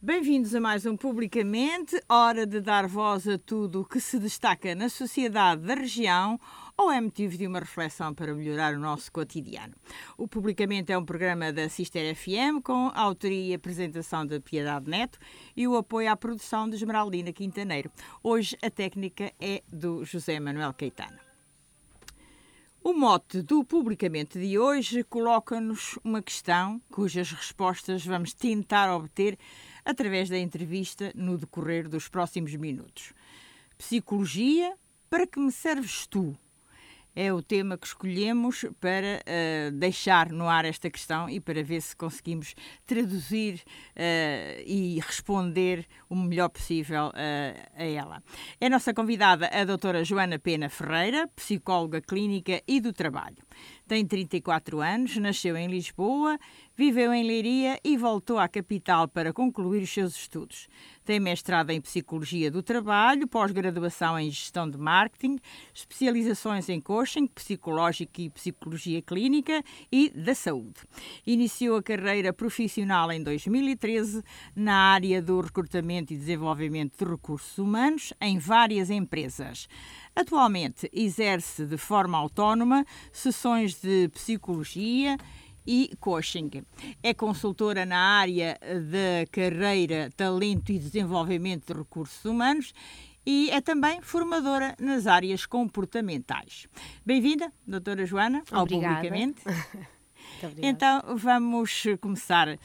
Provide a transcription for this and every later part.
Bem-vindos a mais um Publicamente, hora de dar voz a tudo o que se destaca na sociedade da região ou é motivo de uma reflexão para melhorar o nosso cotidiano. O Publicamente é um programa da Sister FM com a autoria e apresentação de Piedade Neto e o apoio à produção de Esmeraldina Quintaneiro. Hoje a técnica é do José Manuel Caetano. O mote do Publicamente de hoje coloca-nos uma questão cujas respostas vamos tentar obter através da entrevista no decorrer dos próximos minutos. Psicologia, para que me serves tu? É o tema que escolhemos para deixar no ar esta questão e para ver se conseguimos traduzir e responder o melhor possível a ela. É a nossa convidada a doutora Joana Pena Ferreira, psicóloga clínica e do trabalho. Tem 34 anos, nasceu em Lisboa, viveu em Leiria e voltou à capital para concluir os seus estudos. Tem mestrado em Psicologia do Trabalho, pós-graduação em Gestão de Marketing, especializações em coaching psicológico e psicologia clínica e da saúde. Iniciou a carreira profissional em 2013 na área do recrutamento e desenvolvimento de recursos humanos em várias empresas. Atualmente exerce de forma autónoma sessões de psicologia e coaching. É consultora na área da carreira, talento e desenvolvimento de recursos humanos e é também formadora nas áreas comportamentais. Bem-vinda, doutora Joana, ao Publicamente. Muito obrigada. Então, vamos começar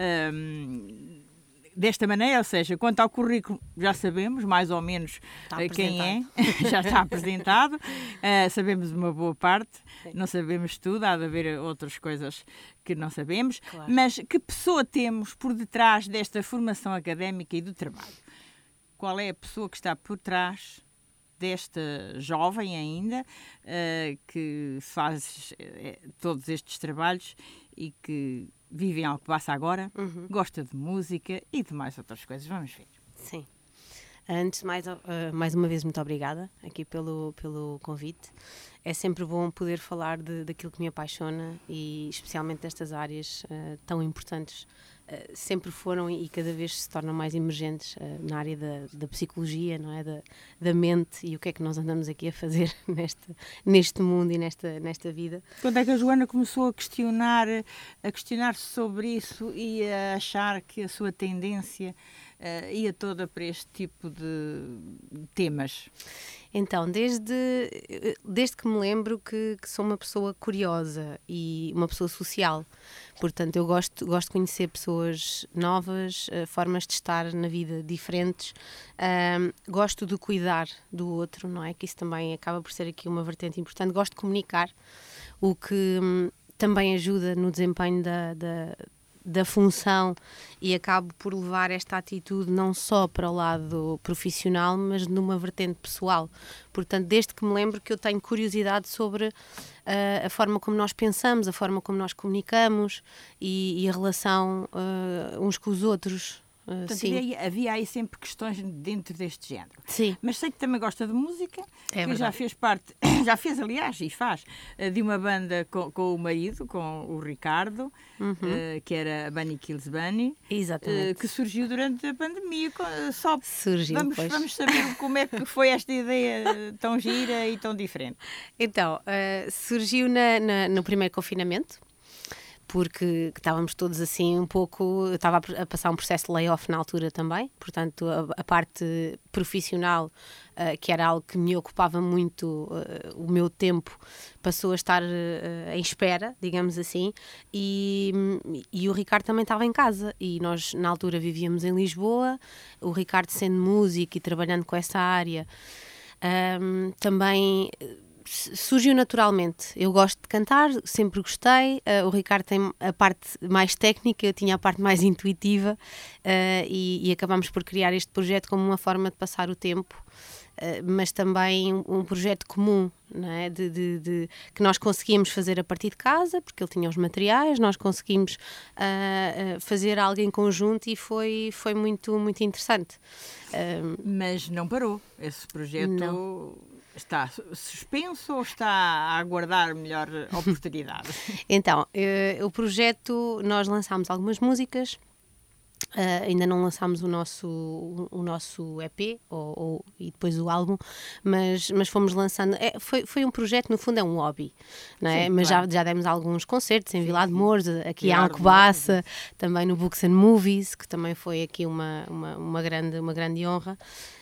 desta maneira, ou seja, quanto ao currículo já sabemos mais ou menos quem é, já está apresentado, sabemos uma boa parte, sim. Não sabemos tudo, há de haver outras coisas que não sabemos, claro. Mas que pessoa temos por detrás desta formação académica e do trabalho? Qual é a pessoa que está por trás desta jovem ainda, que faz todos estes trabalhos e que vive em Alcobaça agora, gosta de música e de mais outras coisas. Vamos ver. Sim. Antes de mais uma vez, muito obrigada aqui pelo convite. É sempre bom poder falar daquilo que me apaixona e especialmente destas áreas tão importantes. Sempre foram e cada vez se tornam mais emergentes na área da psicologia, não é? Da mente e o que é que nós andamos aqui a fazer neste mundo e nesta vida. Quando é que a Joana começou a questionar-se sobre isso e a achar que a sua tendência ia toda para este tipo de temas? Então, desde que me lembro que sou uma pessoa curiosa e uma pessoa social. Portanto, eu gosto de conhecer pessoas novas, formas de estar na vida diferentes. Gosto de cuidar do outro, não é? Que isso também acaba por ser aqui uma vertente importante. Gosto de comunicar, o que também ajuda no desempenho da função e acabo por levar esta atitude não só para o lado profissional, mas numa vertente pessoal. Portanto, desde que me lembro que eu tenho curiosidade sobre a forma como nós pensamos, a forma como nós comunicamos e a relação uns com os outros. Portanto, Sim. havia aí sempre questões dentro deste género. Sim. Mas sei que também gosta de música, é que já fez parte, já fez aliás e faz, de uma banda com o marido, com o Ricardo, que era a Bunny Kills Bunny. Exatamente. Que surgiu durante a pandemia. Vamos saber como é que foi esta ideia tão gira e tão diferente. Então, surgiu no primeiro confinamento, porque estávamos todos assim um pouco... Eu estava a passar um processo de layoff na altura também, portanto a parte profissional, que era algo que me ocupava muito o meu tempo, passou a estar em espera, digamos assim, e o Ricardo também estava em casa e nós na altura vivíamos em Lisboa, o Ricardo sendo músico e trabalhando com essa área, também... surgiu naturalmente. Eu gosto de cantar, sempre gostei. O Ricardo tem a parte mais técnica, eu tinha a parte mais intuitiva e acabámos por criar este projeto como uma forma de passar o tempo, mas também um projeto comum, não é? Que nós conseguíamos fazer a partir de casa, porque ele tinha os materiais, nós conseguimos fazer algo em conjunto e foi muito, muito interessante. Mas não parou esse projeto? Não. Está suspenso ou está a aguardar melhor oportunidade? Então, o projeto, nós lançámos algumas músicas, Ainda não lançámos o nosso EP e depois o álbum, mas fomos lançando. Foi um projeto, no fundo é um hobby, não é? Sim, mas claro. já demos alguns concertos em Vila de Mouros, aqui Vilar em de Alcobaça, também no Books and Movies, que também foi aqui uma grande honra.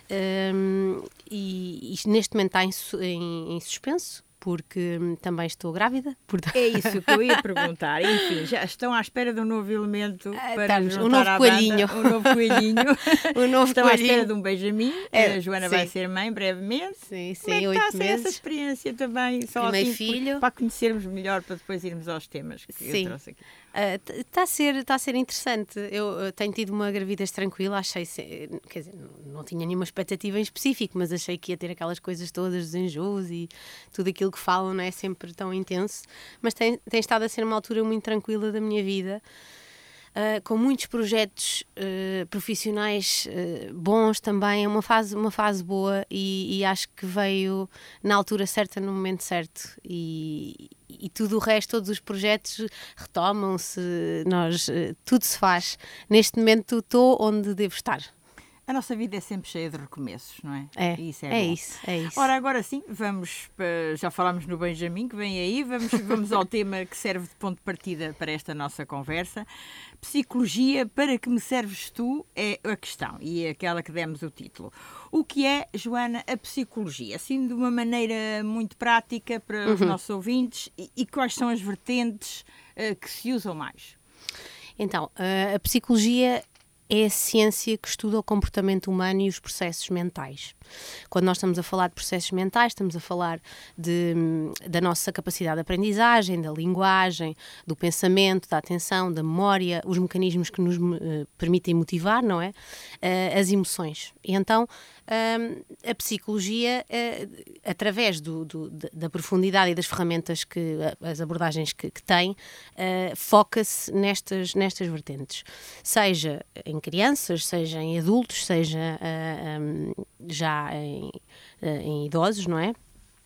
E neste momento está em suspenso, porque também estou grávida. Portanto... É isso que eu ia perguntar. Enfim, já estão à espera de um novo elemento para Estamos, juntar à coelhinho. banda. Um novo coelhinho. Um novo Estão à coelhinho. espera de um Benjamin. A Joana sim. vai ser mãe brevemente. Sim, Como é que 8 está a ser meses. essa experiência também? Só Primeiro assim, filho. para conhecermos melhor, para depois irmos aos temas que eu trouxe aqui. Está a ser interessante. Eu tenho tido uma gravidez tranquila, quer dizer, não tinha nenhuma expectativa em específico, mas achei que ia ter aquelas coisas todas dos enjoos e tudo aquilo que falam, não é sempre tão intenso, mas tem estado a ser uma altura muito tranquila da minha vida. Com muitos projetos profissionais bons também, é uma fase boa e acho que veio na altura certa, no momento certo, e tudo o resto, todos os projetos retomam-se, tudo se faz. Neste momento estou onde devo estar. A nossa vida é sempre cheia de recomeços, não é? É, Isso é bom. isso. Ora, agora sim, já falámos no Benjamin, que vem aí, vamos ao tema que serve de ponto de partida para esta nossa conversa. Psicologia, para que me serves tu, é a questão, e é aquela que demos o título. O que é, Joana, a psicologia? Assim, de uma maneira muito prática para os nossos ouvintes, e quais são as vertentes que se usam mais? Então, a psicologia é a ciência que estuda o comportamento humano e os processos mentais. Quando nós estamos a falar de processos mentais, estamos a falar da nossa capacidade de aprendizagem, da linguagem, do pensamento, da atenção, da memória, os mecanismos que nos permitem motivar, não é? As emoções. E então, a psicologia, através da profundidade e das ferramentas, as abordagens que tem, foca-se nestas vertentes. Seja em crianças, seja em adultos, seja já em idosos, não é?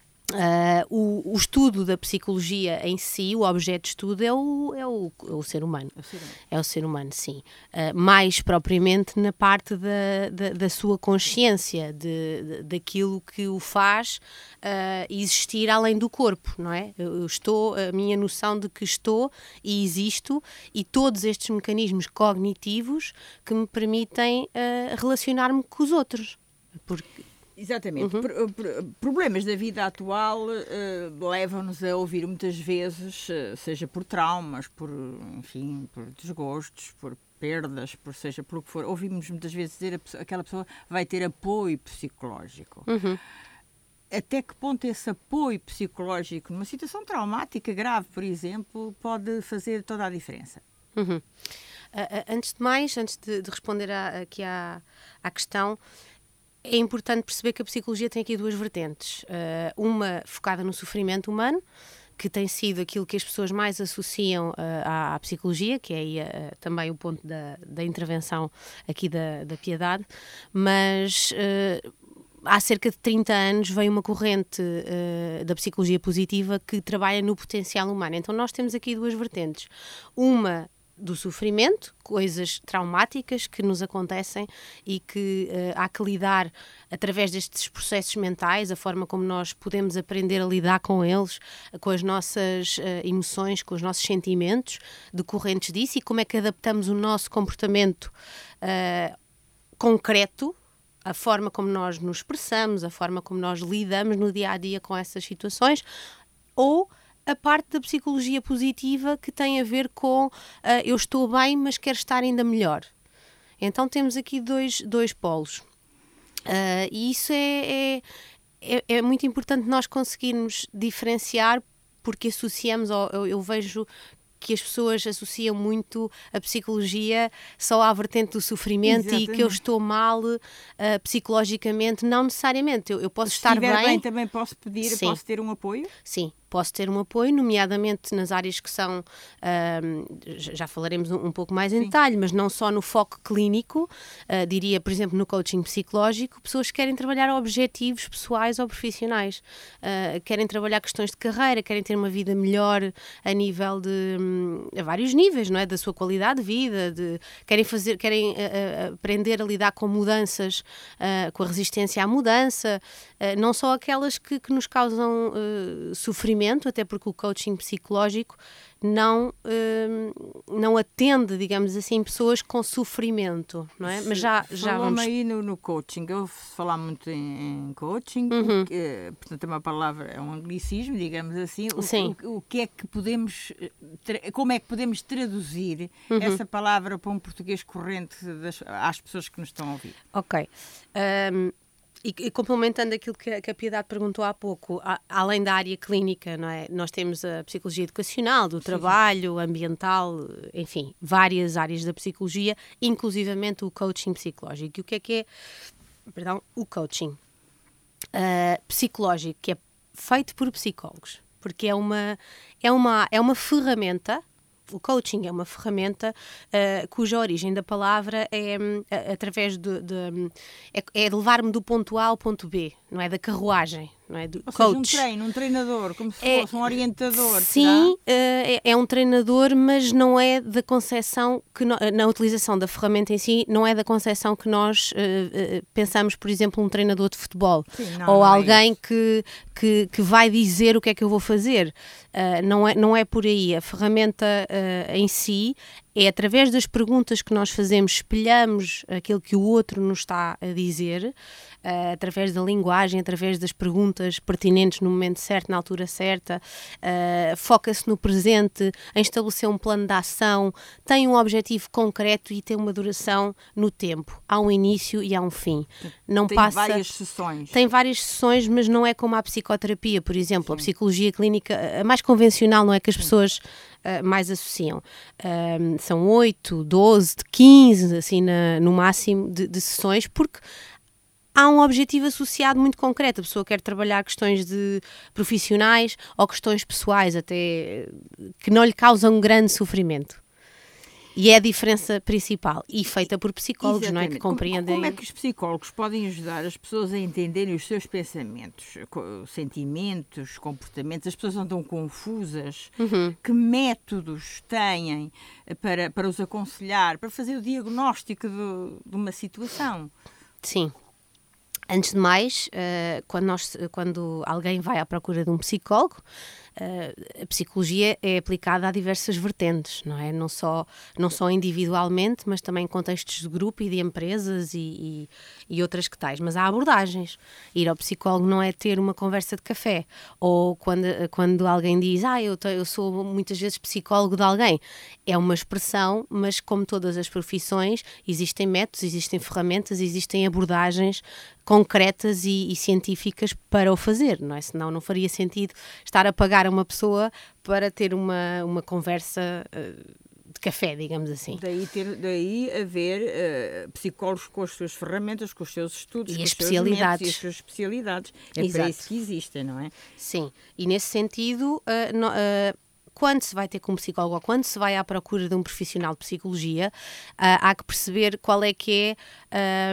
O estudo da psicologia em si, o objeto de estudo é o ser humano. É o ser humano, sim. Mais propriamente na parte da sua consciência, daquilo que o faz existir além do corpo, não é? A minha noção de que estou e existo, e todos estes mecanismos cognitivos que me permitem relacionar-me com os outros. Exatamente. Problemas da vida atual levam-nos a ouvir muitas vezes, seja por traumas, por desgostos, por perdas, seja por o que for, ouvimos muitas vezes dizer que aquela pessoa vai ter apoio psicológico. Até que ponto esse apoio psicológico numa situação traumática grave, por exemplo, pode fazer toda a diferença? Antes de responder aqui à questão, é importante perceber que a psicologia tem aqui duas vertentes. Uma focada no sofrimento humano, que tem sido aquilo que as pessoas mais associam à psicologia, que é aí, também o ponto da intervenção aqui da piedade, mas há cerca de 30 anos veio uma corrente da psicologia positiva que trabalha no potencial humano. Então nós temos aqui duas vertentes. Uma do sofrimento, coisas traumáticas que nos acontecem e que há que lidar através destes processos mentais, a forma como nós podemos aprender a lidar com eles, com as nossas emoções, com os nossos sentimentos decorrentes disso, e como é que adaptamos o nosso comportamento concreto, a forma como nós nos expressamos, a forma como nós lidamos no dia-a-dia com essas situações, ou a parte da psicologia positiva que tem a ver com eu estou bem, mas quero estar ainda melhor. Então temos aqui dois polos. E isso é muito importante nós conseguirmos diferenciar, porque associamos, eu vejo que as pessoas associam muito a psicologia só à vertente do sofrimento. Exatamente. E que eu estou mal psicologicamente. Não necessariamente, eu posso estar bem. Também posso pedir, sim. Posso ter um apoio? Sim, posso ter um apoio, nomeadamente nas áreas que são, já falaremos um pouco mais em detalhe, mas não só no foco clínico, diria, por exemplo, no coaching psicológico, pessoas que querem trabalhar objetivos pessoais ou profissionais, querem trabalhar questões de carreira, querem ter uma vida melhor a nível de, a vários níveis, não é? Da sua qualidade de vida, querem aprender a lidar com mudanças, com a resistência à mudança, não só aquelas que nos causam sofrimento, até porque o coaching psicológico não atende, digamos assim, pessoas com sofrimento, não é? Mas já vamos... aí no coaching, eu vou falar muito em coaching, portanto é uma palavra, é um anglicismo, digamos assim. O que é que podemos, como é que podemos traduzir essa palavra para um português corrente às pessoas que nos estão a ouvir? Ok. E complementando aquilo que a Piedade perguntou há pouco, além da área clínica, não é? Nós temos a psicologia educacional, do trabalho, ambiental, enfim, várias áreas da psicologia, inclusivamente o coaching psicológico. E o que é, o coaching psicológico, que é feito por psicólogos, porque é uma ferramenta. O coaching é uma ferramenta cuja origem da palavra é através de levar-me do ponto A ao ponto B, não é? Da carruagem, não é? Do coach. Seja, um treinador, como se fosse um orientador. Sim, é um treinador, mas não é da concepção que na utilização da ferramenta em si, não é da concepção que nós pensamos, por exemplo, um treinador de futebol. Sim, ou alguém que vai dizer o que é que eu vou fazer. Não é por aí. A ferramenta em si é através das perguntas que nós fazemos, espelhamos aquilo que o outro nos está a dizer, através da linguagem, através das perguntas pertinentes no momento certo, na altura certa, foca-se no presente, em estabelecer um plano de ação, tem um objetivo concreto e tem uma duração no tempo. Há um início e há um fim. Várias sessões. Tem várias sessões, mas não é como a psicoterapia, por exemplo. Sim. A psicologia clínica, a mais convencional, não é, que as pessoas mais associam. São 8, 12, 15, assim, no máximo de sessões, porque há um objetivo associado muito concreto. A pessoa quer trabalhar questões profissionais ou questões pessoais, até que não lhe causam um grande sofrimento. E é a diferença principal. E feita por psicólogos, não é? Que compreendem. Como é que os psicólogos podem ajudar as pessoas a entenderem os seus pensamentos, sentimentos, comportamentos? As pessoas andam confusas. Que métodos têm para os aconselhar, para fazer o diagnóstico de uma situação? Sim. Antes de mais, quando alguém vai à procura de um psicólogo, a psicologia é aplicada a diversas vertentes, não é? Não só individualmente, mas também em contextos de grupo e de empresas e outras que tais. Mas há abordagens. Ir ao psicólogo não é ter uma conversa de café. Ou quando alguém diz, eu sou muitas vezes psicólogo de alguém. É uma expressão, mas como todas as profissões, existem métodos, existem ferramentas, existem abordagens concretas e científicas para o fazer, não é? Senão não faria sentido estar a pagar a uma pessoa para ter uma conversa de café, digamos assim. Daí haver psicólogos com as suas ferramentas, com os seus estudos, e com as especialidades. E as suas especialidades. É Exato. Para isso que existem, não é? Sim, e nesse sentido, quando se vai ter com um psicólogo ou quando se vai à procura de um profissional de psicologia, há que perceber qual é que é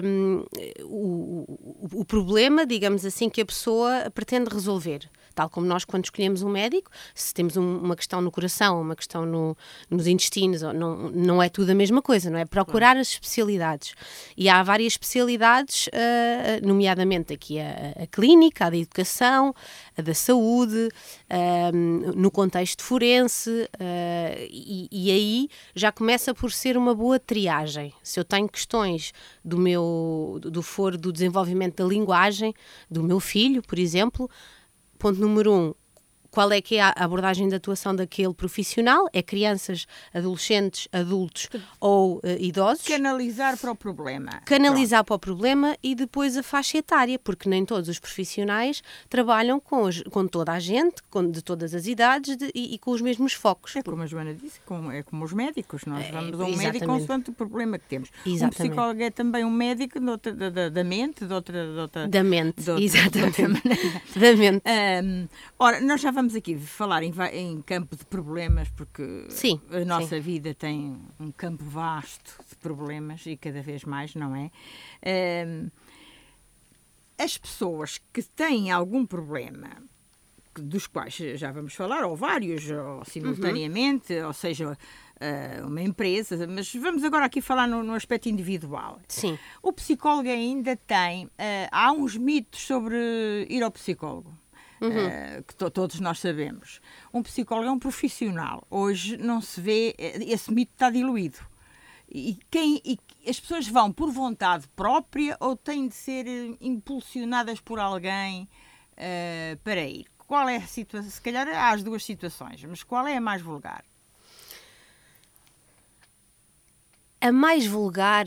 o problema, digamos assim, que a pessoa pretende resolver. Tal como nós, quando escolhemos um médico, se temos uma questão no coração, uma questão nos intestinos, não é tudo a mesma coisa, não é? Procurar as especialidades. E há várias especialidades, nomeadamente aqui a clínica, a da educação, a da saúde, no contexto forense, e aí já começa por ser uma boa triagem. Se eu tenho questões do foro do desenvolvimento da linguagem do meu filho, por exemplo, ponto número 1, qual é que é a abordagem de atuação daquele profissional? É crianças, adolescentes, adultos ou idosos? Canalizar para o problema. Canalizar para o problema e depois a faixa etária, porque nem todos os profissionais trabalham com toda a gente, de todas as idades e com os mesmos focos. É como a Joana disse, é como os médicos. Nós vamos a um médico consoante o problema que temos. Exatamente. Um psicólogo é também um médico da mente, de outra da mente, de outra, exatamente. De outra maneira. Da mente. Ora, nós já vamos estamos aqui a falar em campo de problemas, porque sim, a nossa vida tem um campo vasto de problemas e cada vez mais, não é? As pessoas que têm algum problema, dos quais já vamos falar, ou vários, ou simultaneamente, ou seja, uma empresa, mas vamos agora aqui falar no aspecto individual. Sim. O psicólogo ainda tem... há uns mitos sobre ir ao psicólogo, que todos nós sabemos. Um psicólogo é um profissional. Hoje não se vê... esse mito está diluído. E as pessoas vão por vontade própria ou têm de ser impulsionadas por alguém para ir? Qual é a situação? Se calhar há as duas situações, mas qual é a mais vulgar? A mais vulgar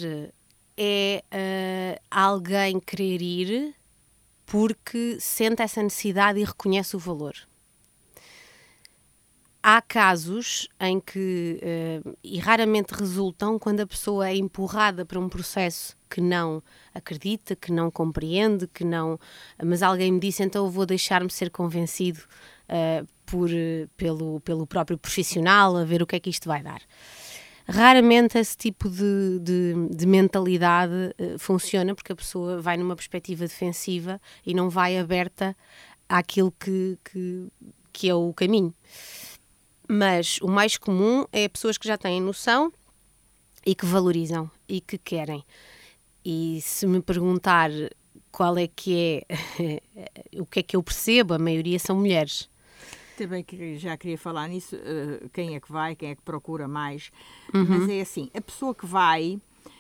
é alguém querer ir porque sente essa necessidade e reconhece o valor. Há casos em que, e raramente resultam, quando a pessoa é empurrada para um processo que não acredita, que não compreende, mas alguém me disse, então eu vou deixar-me ser convencido pelo próprio profissional, a ver o que é que isto vai dar. Raramente esse tipo de mentalidade funciona, porque a pessoa vai numa perspectiva defensiva e não vai aberta àquilo que é o caminho. Mas o mais comum é pessoas que já têm noção e que valorizam e que querem. E se me perguntar qual é que é, o que é que eu percebo, a maioria são mulheres. Também que já queria falar nisso, quem é que vai, quem é que procura mais. Mas é assim, a pessoa que vai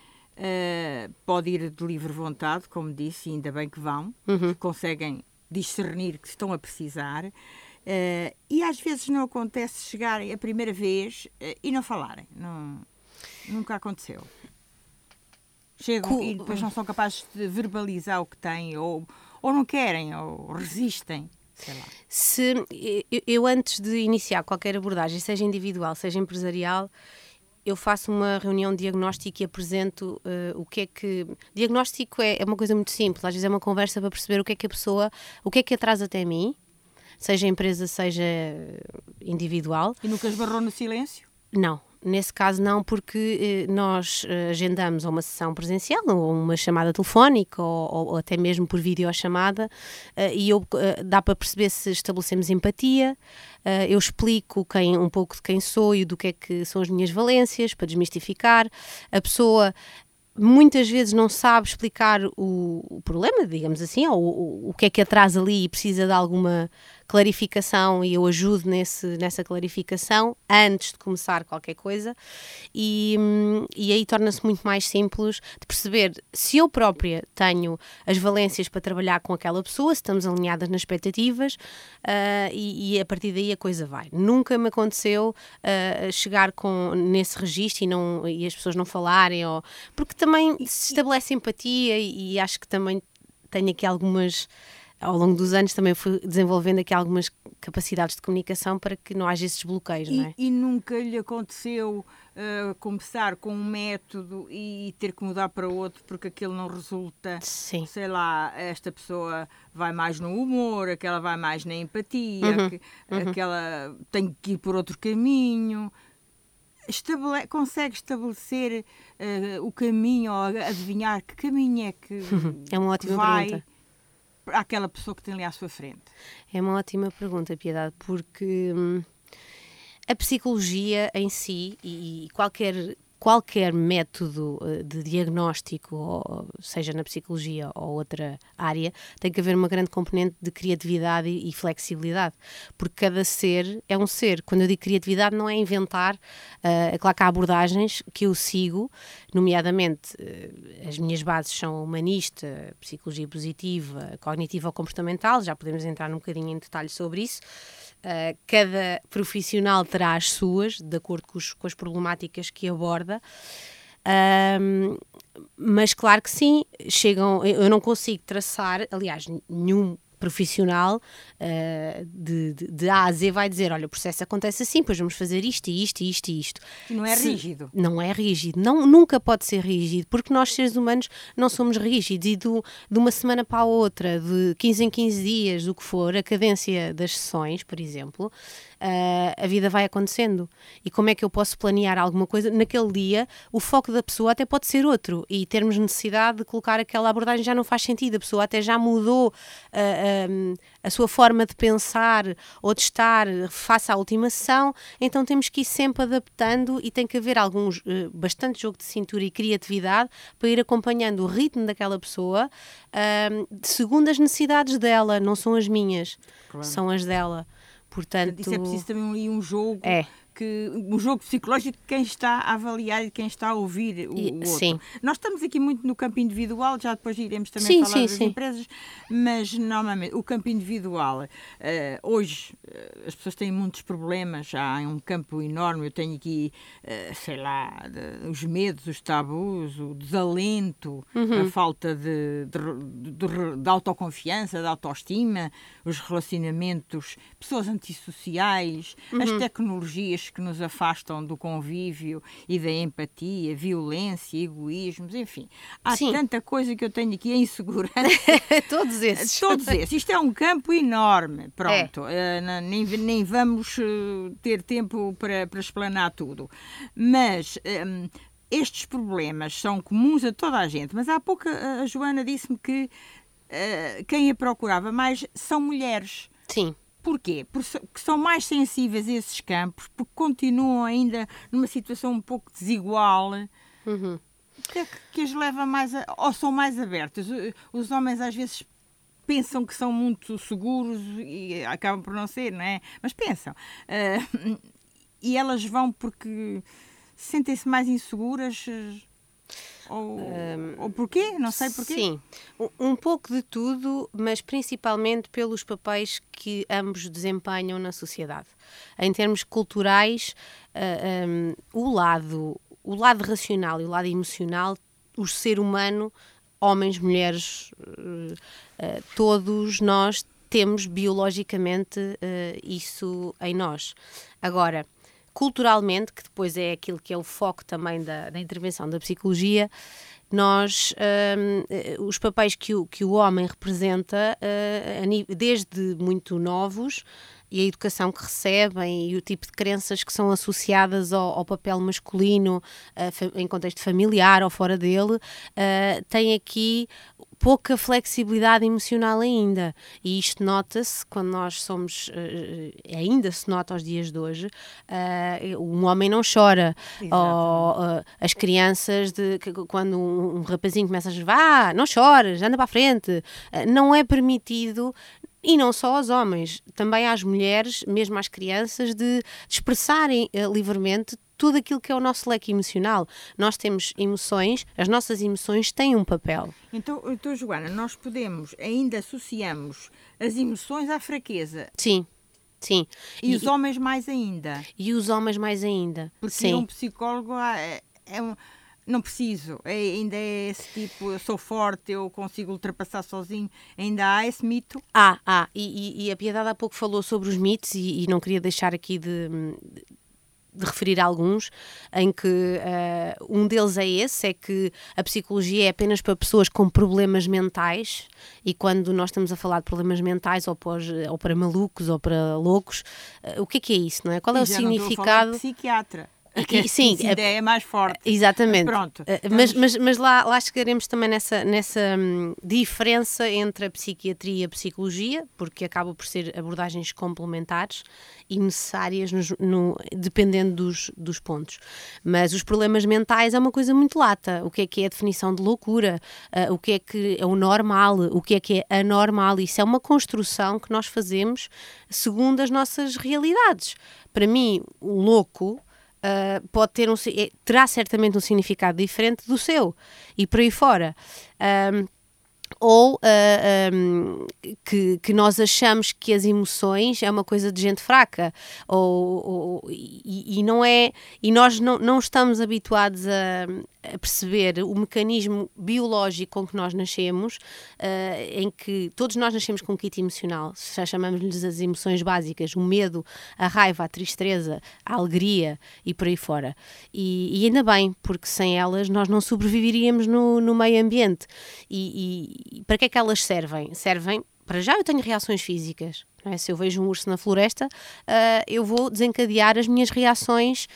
pode ir de livre vontade, como disse, e ainda bem que vão, que conseguem discernir que estão a precisar. E às vezes não acontece chegarem a primeira vez e não falarem. Nunca aconteceu. Chegam e depois não são capazes de verbalizar o que têm, ou não querem, ou resistem. Sei lá. Se eu antes de iniciar qualquer abordagem, seja individual, seja empresarial, eu faço uma reunião de diagnóstico e apresento o que é que... Diagnóstico é uma coisa muito simples, às vezes é uma conversa para perceber o que é que atrás até mim, seja empresa, seja individual. E nunca esbarrou no silêncio? Não. Nesse caso não, porque nós agendamos uma sessão presencial ou uma chamada telefónica ou até mesmo por videochamada e dá para perceber se estabelecemos empatia, eu explico um pouco de quem sou e do que é que são as minhas valências, para desmistificar. A pessoa muitas vezes não sabe explicar o problema, digamos assim, ou o que é que atrás ali e precisa de alguma clarificação e eu ajudo nessa clarificação antes de começar qualquer coisa e aí torna-se muito mais simples de perceber se eu própria tenho as valências para trabalhar com aquela pessoa, se estamos alinhadas nas expectativas e a partir daí a coisa vai. Nunca me aconteceu chegar nesse registro e as pessoas não falarem, porque também se estabelece empatia e acho que também tenho aqui algumas... Ao longo dos anos também fui desenvolvendo aqui algumas capacidades de comunicação para que não haja esses bloqueios, não é? E nunca lhe aconteceu começar com um método e ter que mudar para outro porque aquele não resulta? Sim. Sei lá, esta pessoa vai mais no humor, aquela vai mais na empatia, aquela tem que ir por outro caminho. Consegue estabelecer o caminho ou adivinhar que caminho é que é uma ótima vai pergunta. Àquela pessoa que tem ali à sua frente? É uma ótima pergunta, Piedade, porque a psicologia em si e qualquer método de diagnóstico, seja na psicologia ou outra área, tem que haver uma grande componente de criatividade e flexibilidade, porque cada ser é um ser. Quando eu digo criatividade não é inventar, claro que há abordagens que eu sigo, nomeadamente as minhas bases são humanista, psicologia positiva, cognitiva ou comportamental, já podemos entrar um bocadinho em detalhes sobre isso. Cada profissional terá as suas, de acordo com as problemáticas que aborda, mas claro que sim, eu não consigo traçar, aliás, nenhum profissional de A a Z vai dizer, olha, o processo acontece assim, pois vamos fazer isto e isto e isto e isto. E não é rígido. Não é rígido, nunca pode ser rígido, porque nós seres humanos não somos rígidos e de uma semana para a outra, de 15 em 15 dias, do que for, a cadência das sessões, por exemplo, a vida vai acontecendo. E como é que eu posso planear alguma coisa? Naquele dia, o foco da pessoa até pode ser outro e termos necessidade de colocar aquela abordagem já não faz sentido, a pessoa até já mudou a sua forma de pensar ou de estar face à última sessão, então temos que ir sempre adaptando e tem que haver bastante jogo de cintura e criatividade para ir acompanhando o ritmo daquela pessoa segundo as necessidades dela, não são as minhas, claro. São as dela. Portanto, isso é preciso também um jogo, um jogo psicológico de quem está a avaliar e de quem está a ouvir o outro. Sim. Nós estamos aqui muito no campo individual, já depois iremos também falar das empresas, mas normalmente o campo individual, hoje as pessoas têm muitos problemas, há um campo enorme, eu tenho aqui, os medos, os tabus, o desalento, a falta de autoconfiança, de autoestima, os relacionamentos, pessoas antissociais, as tecnologias que nos afastam do convívio e da empatia, violência, egoísmos, enfim. Há tanta coisa que eu tenho aqui, a insegurança. Todos esses. Isto é um campo enorme, pronto. Nem vamos ter tempo para explanar tudo. Mas estes problemas são comuns a toda a gente. Mas há pouco a Joana disse-me que quem a procurava mais são mulheres. Sim. Porquê? Porque são mais sensíveis a esses campos, porque continuam ainda numa situação um pouco desigual. O que é que as leva mais ou são mais abertas? Os homens às vezes pensam que são muito seguros e acabam por não ser, não é? Mas pensam. E elas vão porque sentem-se mais inseguras... Ou porquê? Não sei porquê. Sim, um pouco de tudo, mas principalmente pelos papéis que ambos desempenham na sociedade. Em termos culturais, o lado racional e o lado emocional, o ser humano, homens, mulheres, todos nós temos biologicamente isso em nós. Agora, culturalmente, que depois é aquilo que é o foco também da intervenção da psicologia, os papéis que o homem representa, desde muito novos, e a educação que recebem e o tipo de crenças que são associadas ao papel masculino em contexto familiar ou fora dele, tem aqui pouca flexibilidade emocional ainda, e isto nota-se quando nós somos, ainda se nota aos dias de hoje, um homem não chora, ou as crianças, quando um rapazinho começa a dizer, não choras, anda para a frente, não é permitido. E não só aos homens, também às mulheres, mesmo às crianças, de expressarem livremente tudo aquilo que é o nosso leque emocional. Nós temos emoções, as nossas emoções têm um papel. Então Joana, nós ainda associamos as emoções à fraqueza. Sim. E os homens mais ainda. Porque um psicólogo não preciso, ainda é esse tipo, eu sou forte, eu consigo ultrapassar sozinho, ainda há esse mito? E a Piedade há pouco falou sobre os mitos e não queria deixar aqui de referir alguns, em que um deles é que a psicologia é apenas para pessoas com problemas mentais, e quando nós estamos a falar de problemas mentais ou para malucos ou para loucos, o que é isso, não é? Qual é o significado? Não estou a falar de psiquiatra. Sim, a ideia é mais forte. Exatamente. Pronto. Mas lá chegaremos também nessa diferença entre a psiquiatria e a psicologia, porque acabam por ser abordagens complementares e necessárias dependendo dos pontos. Mas os problemas mentais é uma coisa muito lata. O que é a definição de loucura? O que é o normal? O que é anormal? Isso é uma construção que nós fazemos segundo as nossas realidades. Para mim, o louco pode ter terá certamente um significado diferente do seu, e por aí fora. ou que nós achamos que as emoções é uma coisa de gente fraca, e não é, e nós não estamos habituados a perceber o mecanismo biológico com que nós nascemos, em que todos nós nascemos com um kit emocional, já chamamos-lhes as emoções básicas, o medo, a raiva, a tristeza, a alegria e por aí fora. E ainda bem, porque sem elas nós não sobreviveríamos no meio ambiente. E para que é que elas servem? Servem, para já eu tenho reações físicas. Não é? Se eu vejo um urso na floresta, eu vou desencadear as minhas reações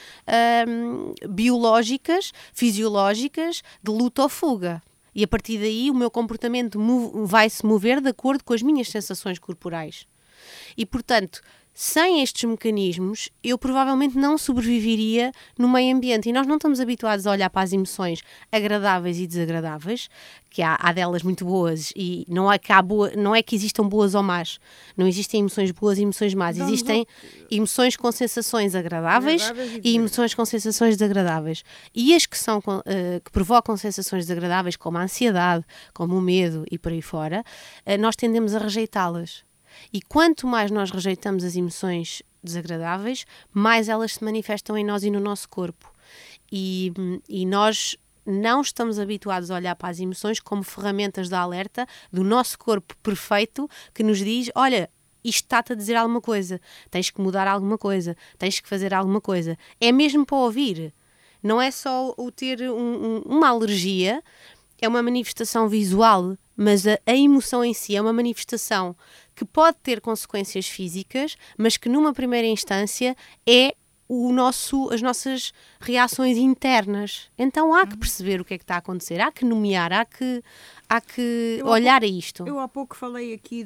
biológicas, fisiológicas, de luta ou fuga. E a partir daí o meu comportamento vai se mover de acordo com as minhas sensações corporais. E, portanto, sem estes mecanismos, eu provavelmente não sobreviveria no meio ambiente. E nós não estamos habituados a olhar para as emoções agradáveis e desagradáveis, que há delas muito boas, e não é que existam boas ou más. Não existem emoções boas e emoções más. Existem emoções com sensações agradáveis e emoções com sensações desagradáveis. E as que provocam sensações desagradáveis, como a ansiedade, como o medo e por aí fora, nós tendemos a rejeitá-las. E quanto mais nós rejeitamos as emoções desagradáveis, mais elas se manifestam em nós e no nosso corpo. E nós não estamos habituados a olhar para as emoções como ferramentas de alerta do nosso corpo perfeito que nos diz, olha, isto está-te a dizer alguma coisa, tens que mudar alguma coisa, tens que fazer alguma coisa. É mesmo para ouvir. Não é só o ter uma alergia, é uma manifestação visual, mas a emoção em si é uma manifestação que pode ter consequências físicas, mas que numa primeira instância é as nossas reações internas. Então há que perceber o que é que está a acontecer, há que nomear, há que olhar a isto. Eu há pouco falei aqui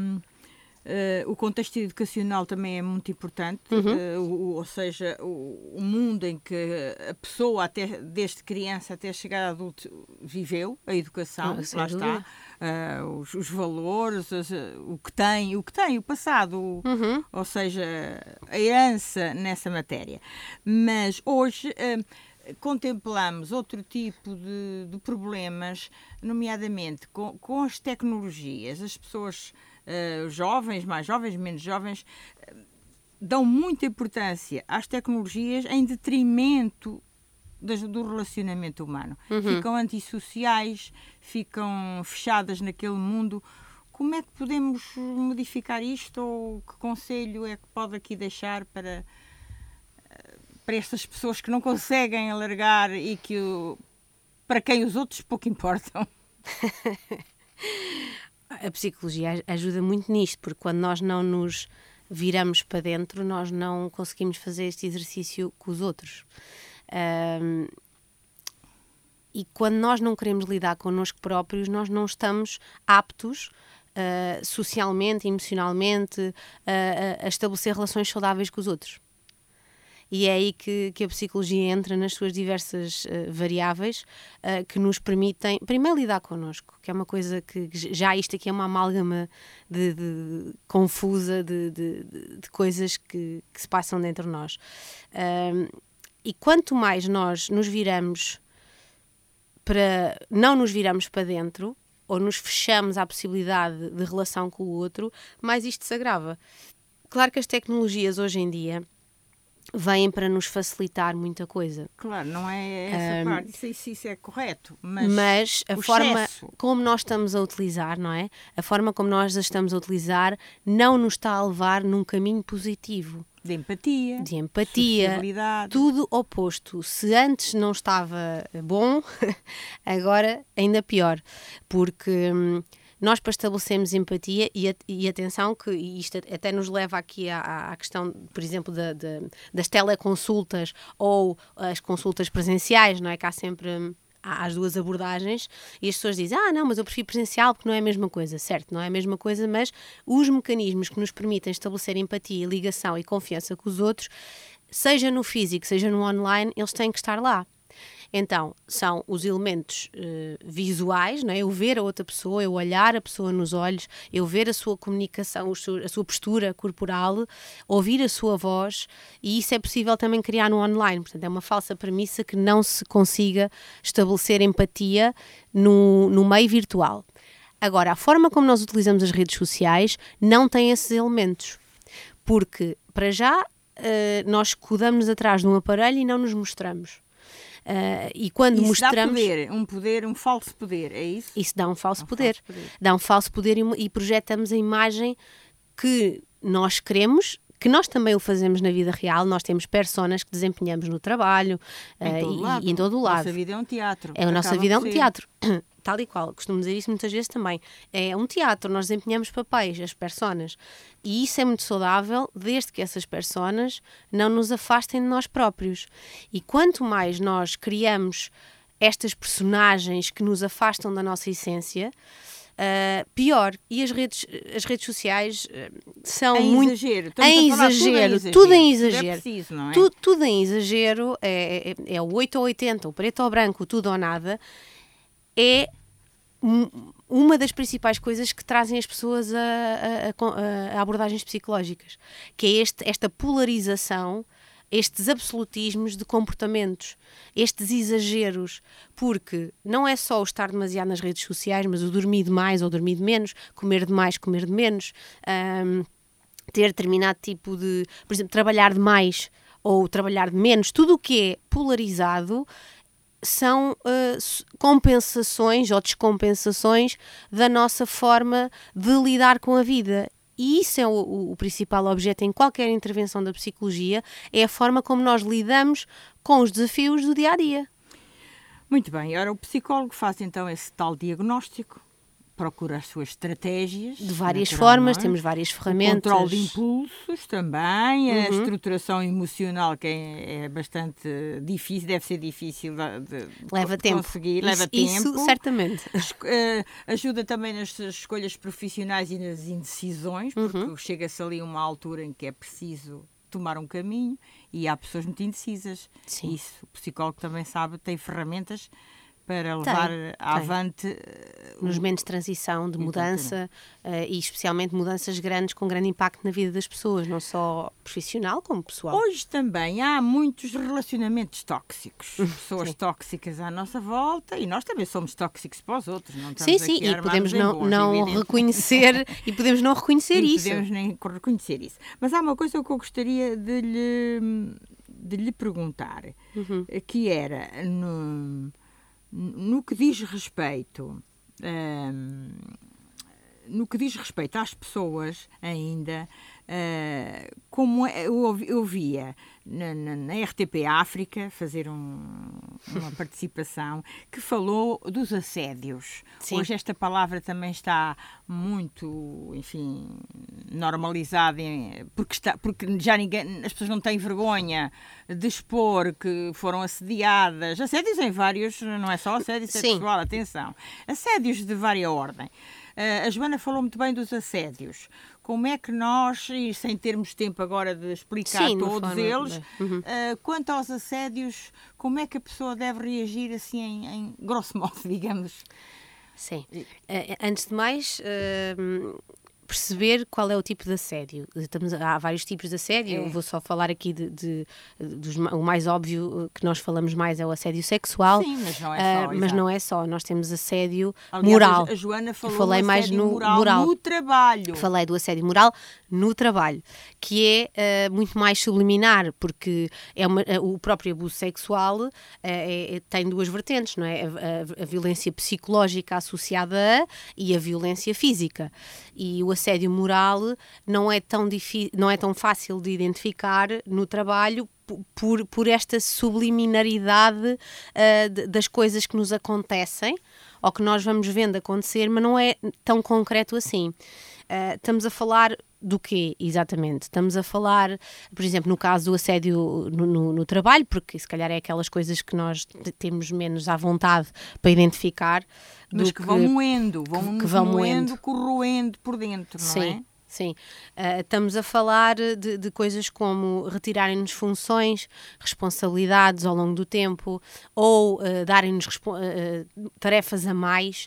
o contexto educacional também é muito importante, ou seja, o mundo em que a pessoa, até desde criança até chegar a adulto, viveu, a educação, lá está, os valores, o que tem, o passado, ou seja, a herança nessa matéria. Mas hoje contemplamos outro tipo de problemas, nomeadamente com as tecnologias. As pessoas jovens, mais jovens, menos jovens, dão muita importância às tecnologias em detrimento do relacionamento humano. Ficam antissociais, ficam fechadas naquele mundo. Como é que podemos modificar isto, ou que conselho é que pode aqui deixar para estas pessoas que não conseguem alargar e para quem os outros pouco importam? A psicologia ajuda muito nisto, porque quando nós não nos viramos para dentro, nós não conseguimos fazer este exercício com os outros. E quando nós não queremos lidar connosco próprios, nós não estamos aptos socialmente, emocionalmente, a estabelecer relações saudáveis com os outros. E é aí que a psicologia entra nas suas diversas variáveis que nos permitem, primeiro, lidar connosco, que é uma coisa que já isto aqui é uma amálgama confusa de coisas que se passam dentro de nós. E quanto mais nós nos viramos não nos viramos para dentro, ou nos fechamos à possibilidade de relação com o outro, mais isto se agrava. Claro que as tecnologias hoje em dia vêm para nos facilitar muita coisa. Claro, não é essa parte, isso é correto, mas a forma como nós estamos a utilizar, não é? A forma como nós a estamos a utilizar não nos está a levar num caminho positivo. De empatia, tudo oposto. Se antes não estava bom, agora ainda pior, porque nós, para estabelecermos empatia, e atenção que isto até nos leva aqui à questão, por exemplo, das teleconsultas ou as consultas presenciais, não é? Que há sempre as duas abordagens, e as pessoas dizem, não, mas eu prefiro presencial porque não é a mesma coisa. Certo, não é a mesma coisa, mas os mecanismos que nos permitem estabelecer empatia, ligação e confiança com os outros, seja no físico, seja no online, eles têm que estar lá. Então, são os elementos visuais, não é? Eu ver a outra pessoa, eu olhar a pessoa nos olhos, eu ver a sua comunicação, a sua postura corporal, ouvir a sua voz, e isso é possível também criar no online. Portanto, é uma falsa premissa que não se consiga estabelecer empatia no meio virtual. Agora, a forma como nós utilizamos as redes sociais não tem esses elementos. Porque, para já, nós escudamos-nos atrás de um aparelho e não nos mostramos. E quando isso mostramos... dá um falso poder, é isso? Isso dá um falso poder. Dá um falso poder e projetamos a imagem que nós queremos, que nós também o fazemos na vida real. Nós temos personas que desempenhamos no trabalho e em todo o lado. A nossa vida é um teatro. A nossa vida é um teatro. Tal e qual, costumo dizer isso muitas vezes também. É um teatro, nós desempenhamos papéis, as personas. E isso é muito saudável, desde que essas personas não nos afastem de nós próprios. E quanto mais nós criamos estas personagens que nos afastam da nossa essência, pior. E as redes sociais são muito... Exagero. Em exagero. Tudo em exagero. É preciso, não é? Tudo em exagero. É o 8 ou 80, o preto ou branco, tudo ou nada. É uma das principais coisas que trazem as pessoas a abordagens psicológicas, que é esta polarização, estes absolutismos de comportamentos, estes exageros, porque não é só o estar demasiado nas redes sociais, mas o dormir demais ou dormir de menos, comer demais, comer de menos, ter determinado tipo de, por exemplo, trabalhar demais ou trabalhar de menos, tudo o que é polarizado são compensações ou descompensações da nossa forma de lidar com a vida. E isso é o principal objeto em qualquer intervenção da psicologia, é a forma como nós lidamos com os desafios do dia-a-dia. Muito bem, ora o psicólogo faz então esse tal diagnóstico, procura as suas estratégias. De várias formas, temos várias ferramentas. O controle de impulsos também, a estruturação emocional, que é bastante difícil, deve ser difícil de conseguir. Leva tempo. Isso, certamente. Ajuda também nas escolhas profissionais e nas indecisões, porque chega-se ali a uma altura em que é preciso tomar um caminho e há pessoas muito indecisas. Sim. Isso o psicólogo também sabe, tem ferramentas para levar avante... Nos momentos de transição, de mudança, e especialmente mudanças grandes com grande impacto na vida das pessoas, não só profissional como pessoal. Hoje também há muitos relacionamentos tóxicos, pessoas tóxicas à nossa volta, e nós também somos tóxicos para os outros. Não estamos aqui e podemos não reconhecer e podemos não reconhecer isso. Podemos nem reconhecer isso. Mas há uma coisa que eu gostaria de lhe perguntar, que era... No que diz respeito às pessoas ainda, como eu via na RTP África fazer uma participação que falou dos assédios. Sim. Hoje esta palavra também está muito, enfim, normalizada, porque já as pessoas não têm vergonha de expor que foram assediadas. Assédios em vários, não é só assédio sexual, atenção. Assédios de vária ordem. A Joana falou muito bem dos assédios. Como é que nós, e sem termos tempo agora de explicar todos eles, quanto aos assédios, como é que a pessoa deve reagir assim em grosso modo, digamos? Sim. Antes de mais... perceber qual é o tipo de assédio. Há vários tipos de assédio, vou só falar aqui o mais óbvio que nós falamos mais é o assédio sexual. Sim, mas não é só. Nós temos assédio moral. A Joana falou falei do mais assédio moral no trabalho. Falei do assédio moral no trabalho, que é muito mais subliminar, porque o próprio abuso sexual tem duas vertentes, não é? A violência psicológica associada e a violência física. E o assédio moral não é tão fácil de identificar no trabalho por esta subliminaridade das coisas que nos acontecem ou que nós vamos vendo acontecer, mas não é tão concreto assim. Estamos a falar do quê, exatamente? Estamos a falar, por exemplo, no caso do assédio no trabalho, porque se calhar é aquelas coisas que nós temos menos à vontade para identificar. Mas que vão moendo, corroendo por dentro, não é? Sim. Estamos a falar de coisas como retirarem-nos funções, responsabilidades ao longo do tempo, ou darem-nos tarefas a mais,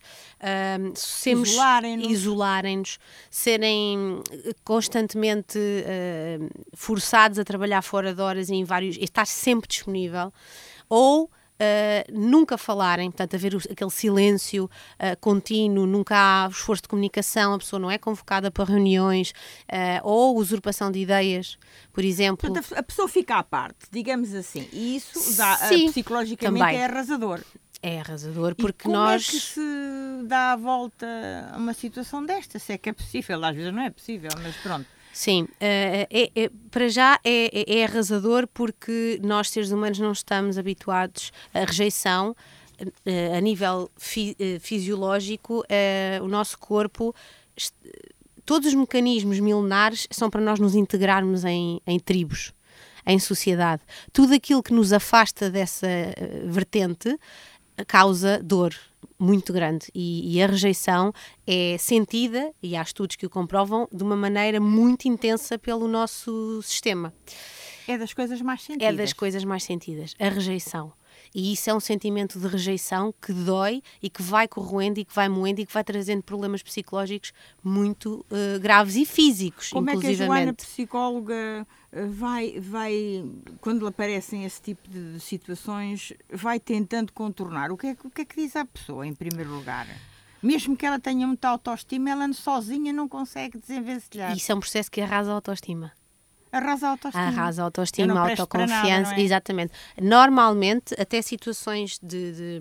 isolarem-nos, serem constantemente forçados a trabalhar fora de horas e estar sempre disponível, ou nunca falarem, portanto, haver aquele silêncio contínuo, nunca há esforço de comunicação, a pessoa não é convocada para reuniões, ou usurpação de ideias, por exemplo. Portanto, a pessoa fica à parte, digamos assim, e isso dá, Sim, psicologicamente também. é arrasador. É arrasador, porque como nós... é que se dá a volta a uma situação desta? Se é que é possível, às vezes não é possível, mas pronto. Sim, para já é arrasador porque nós, seres humanos, não estamos habituados à rejeição. A nível fisiológico, o nosso corpo, todos os mecanismos milenares são para nós nos integrarmos em tribos, em sociedade. Tudo aquilo que nos afasta dessa vertente causa dor muito grande e a rejeição é sentida, e há estudos que o comprovam, de uma maneira muito intensa pelo nosso sistema. É das coisas mais sentidas. É das coisas mais sentidas, a rejeição. E isso é um sentimento de rejeição que dói e que vai corroendo e que vai moendo e que vai trazendo problemas psicológicos muito graves e físicos, Como inclusivamente. Como é que a Joana, psicóloga, vai, quando lhe aparecem esse tipo de situações, vai tentando contornar? O que é que diz à pessoa, em primeiro lugar? Mesmo que ela tenha muita autoestima, ela sozinha não consegue desenvencilhar. Isso é um processo que arrasa a autoestima. Arrasa a autoestima. Arrasa a autoestima, a autoconfiança, nada, não é? Exatamente. Normalmente, até situações de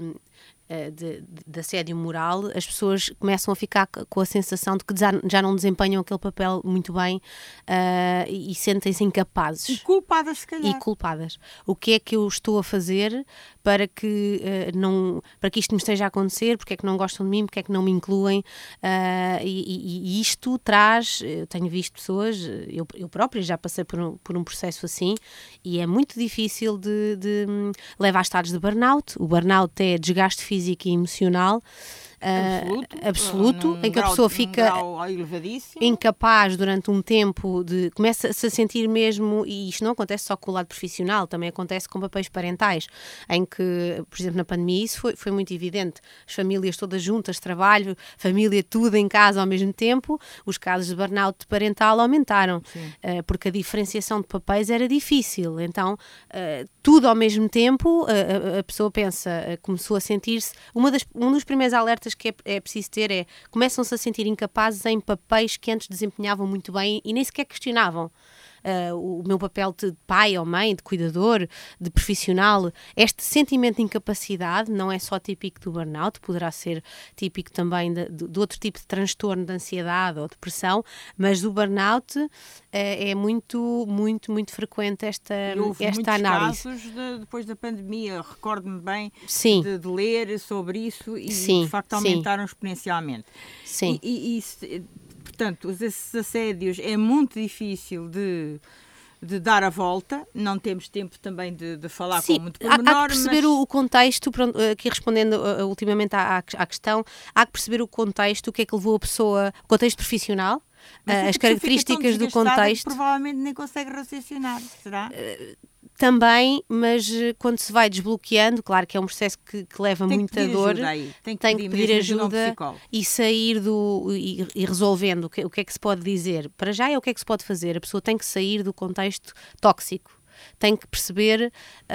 assédio moral, as pessoas começam a ficar com a sensação de que já não desempenham aquele papel muito bem e sentem-se incapazes. E culpadas, se calhar. E culpadas. O que é que eu estou a fazer para que isto me esteja a acontecer? Porque é que não gostam de mim? Porque é que não me incluem? E isto traz... Eu tenho visto pessoas, eu própria já passei por um processo assim, e é muito difícil de levar a estados de burnout. O burnout é desgaste físico e emocional absoluto, em que a pessoa fica incapaz durante um tempo começa-se a sentir mesmo, e isto não acontece só com o lado profissional, também acontece com papéis parentais, em que, por exemplo, na pandemia isso foi muito evidente, as famílias todas juntas, trabalho, família, tudo em casa ao mesmo tempo, os casos de burnout parental aumentaram, porque a diferenciação de papéis era difícil, então tudo ao mesmo tempo, a pessoa começou a sentir-se, um dos primeiros alertas que é preciso ter começam-se a sentir incapazes em papéis que antes desempenhavam muito bem e nem sequer questionavam. O meu papel de pai ou mãe, de cuidador, de profissional, este sentimento de incapacidade não é só típico do burnout, poderá ser típico também de outro tipo de transtorno de ansiedade ou depressão, mas o burnout é muito, muito, muito frequente esta análise. Casos depois da pandemia, recordo-me bem de ler sobre isso e de facto aumentaram exponencialmente. Sim. Portanto, esses assédios é muito difícil de dar a volta, não temos tempo também de falar com muito pormenor. Há que perceber o contexto, aqui respondendo ultimamente à questão, há que perceber o contexto, o que é que levou a pessoa, o contexto profissional, as características do contexto. Provavelmente nem consegue raciocinar, será? Também, mas quando se vai desbloqueando, claro que é um processo que leva muita dor, tem que pedir ajuda e sair e resolvendo o que é que se pode dizer. Para já é o que é que se pode fazer, a pessoa tem que sair do contexto tóxico. Tem que perceber,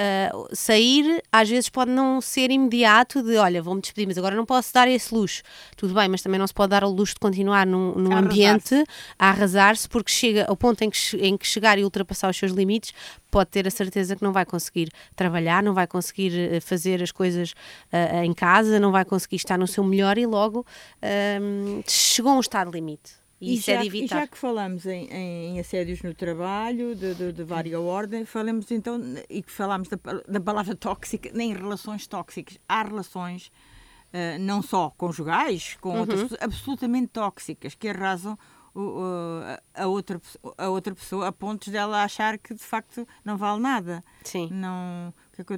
sair às vezes pode não ser imediato de, olha, vou-me despedir, mas agora não posso dar esse luxo. Tudo bem, mas também não se pode dar o luxo de continuar num ambiente a arrasar-se, porque chega ao ponto em que chegar e ultrapassar os seus limites, pode ter a certeza que não vai conseguir trabalhar, não vai conseguir fazer as coisas em casa, não vai conseguir estar no seu melhor e logo chegou a um estado limite. E já que falamos em assédios no trabalho, de várias ordens, falamos então, e que falamos da palavra tóxica, nem relações tóxicas. Há relações não só conjugais, com outras pessoas, absolutamente tóxicas, que arrasam a outra pessoa a pontos dela achar que de facto não vale nada. Sim. Não,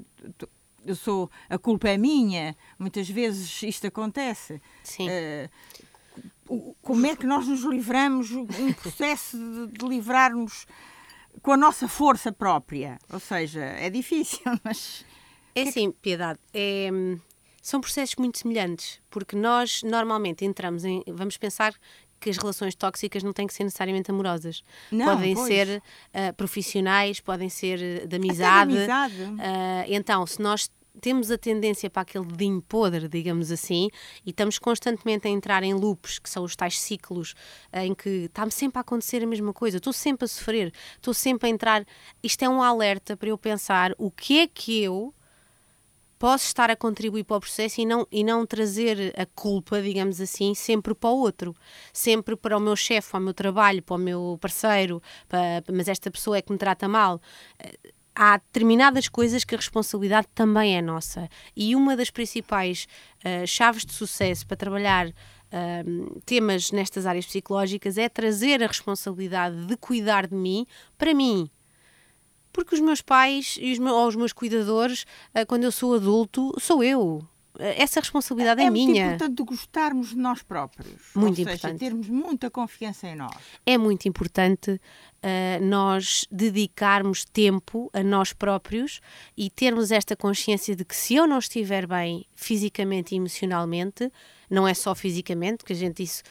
a culpa é minha, muitas vezes isto acontece. Sim. Como é que nós nos livramos, um processo de livrarmos com a nossa força própria? Ou seja, é difícil, mas... É assim, Piedade, são processos muito semelhantes, porque nós normalmente entramos vamos pensar que as relações tóxicas não têm que ser necessariamente amorosas. Podem ser profissionais, podem ser de amizade. Até de amizade. Então, se nós temos a tendência para aquele dedinho podre, digamos assim, e estamos constantemente a entrar em loops, que são os tais ciclos em que está-me sempre a acontecer a mesma coisa, estou sempre a sofrer, estou sempre a entrar. Isto é um alerta para eu pensar o que é que eu posso estar a contribuir para o processo e não trazer a culpa, digamos assim, sempre para o outro, sempre para o meu chefe, para o meu trabalho, para o meu parceiro, mas esta pessoa é que me trata mal. Há determinadas coisas que a responsabilidade também é nossa, e uma das principais chaves de sucesso para trabalhar temas nestas áreas psicológicas é trazer a responsabilidade de cuidar de mim para mim. Porque os meus pais ou os meus cuidadores, quando eu sou adulto, sou eu. Essa responsabilidade é minha. É muito importante gostarmos de nós próprios. Muito importante. Ou seja, termos muita confiança em nós. É muito importante nós dedicarmos tempo a nós próprios e termos esta consciência de que se eu não estiver bem fisicamente e emocionalmente, não é só fisicamente, que a gente isso,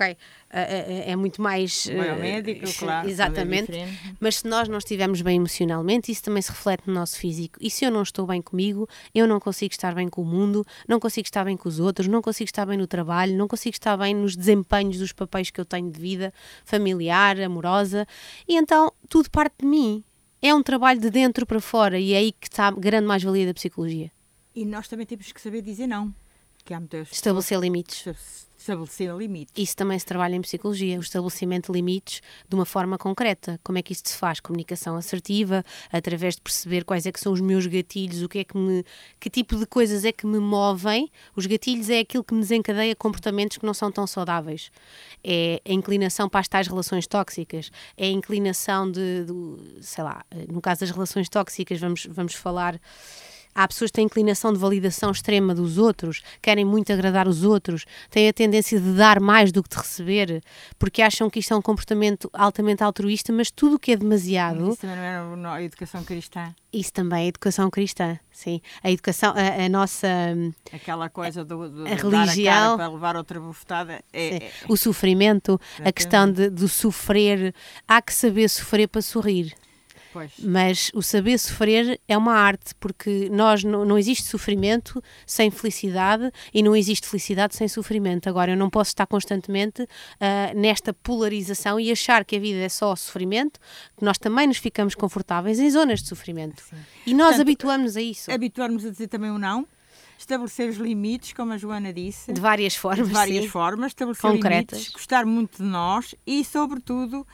é muito mais... Vai ao médico, claro. Exatamente. Mas se nós não estivermos bem emocionalmente, isso também se reflete no nosso físico. E se eu não estou bem comigo, eu não consigo estar bem com o mundo, não consigo estar bem com os outros, não consigo estar bem no trabalho, não consigo estar bem nos desempenhos dos papéis que eu tenho de vida, familiar, amorosa. E então tudo parte de mim. É um trabalho de dentro para fora e é aí que está a grande mais-valia da psicologia. E nós também temos que saber dizer não. Que há muitas estabelecer limites. Estabelecer limites. Isso também se trabalha em psicologia, o estabelecimento de limites de uma forma concreta. Como é que isso se faz? Comunicação assertiva, através de perceber quais é que são os meus gatilhos, que tipo de coisas é que me movem. Os gatilhos é aquilo que me desencadeia comportamentos que não são tão saudáveis. É a inclinação para as tais relações tóxicas, é a inclinação sei lá, no caso das relações tóxicas, vamos falar... Há pessoas que têm inclinação de validação extrema dos outros, querem muito agradar os outros, têm a tendência de dar mais do que de receber, porque acham que isto é um comportamento altamente altruísta, mas tudo o que é demasiado... Isso também não é a educação cristã. Isso também é a educação cristã, sim. A educação, a nossa... Aquela coisa a religião, dar a cara para levar outra bufetada. O sofrimento, exatamente. A questão de sofrer, há que saber sofrer para sorrir. Pois. Mas o saber sofrer é uma arte, porque não existe sofrimento sem felicidade e não existe felicidade sem sofrimento. Agora, eu não posso estar constantemente nesta polarização e achar que a vida é só sofrimento, que nós também nos ficamos confortáveis em zonas de sofrimento. Sim. E nós habituamos-nos a isso. Habituarmos a dizer também o não, estabelecer os limites, como a Joana disse. De várias formas, formas, estabelecer concretas. Limites, gostar muito de nós e, sobretudo...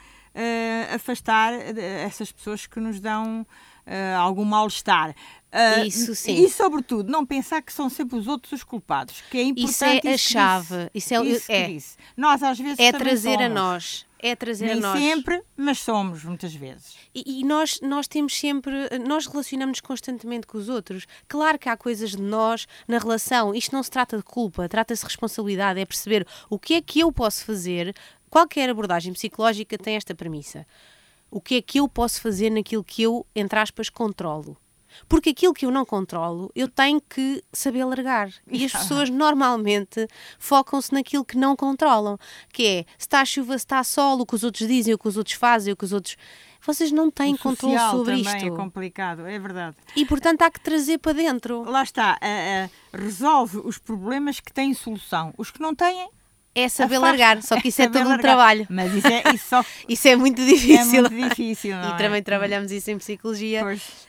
afastar essas pessoas que nos dão algum mal-estar. Isso sim. E, sobretudo, não pensar que são sempre os outros os culpados, que é importante. Isso é a chave. Isso Nós, às vezes, é trazer a nós. É trazer Nem a nós. sempre, mas somos, muitas vezes. E nós temos sempre... Nós relacionamos-nos constantemente com os outros. Claro que há coisas de nós na relação. Isto não se trata de culpa, trata-se de responsabilidade. É perceber o que é que eu posso fazer. Qualquer abordagem psicológica tem esta premissa. O que é que eu posso fazer naquilo que eu, entre aspas, controlo? Porque aquilo que eu não controlo, eu tenho que saber largar. E as pessoas normalmente focam-se naquilo que não controlam. Que é, se está a chuva, se está a sol, o que os outros dizem, o que os outros fazem, o que os outros... Vocês não têm controle sobre isto. Também é complicado, é verdade. E, portanto, há que trazer para dentro. Lá está, resolve os problemas que têm solução. Os que não têm... É saber largar, só que isso é todo um trabalho. Mas isso é muito difícil. É muito difícil, não é? E também trabalhamos isso em psicologia,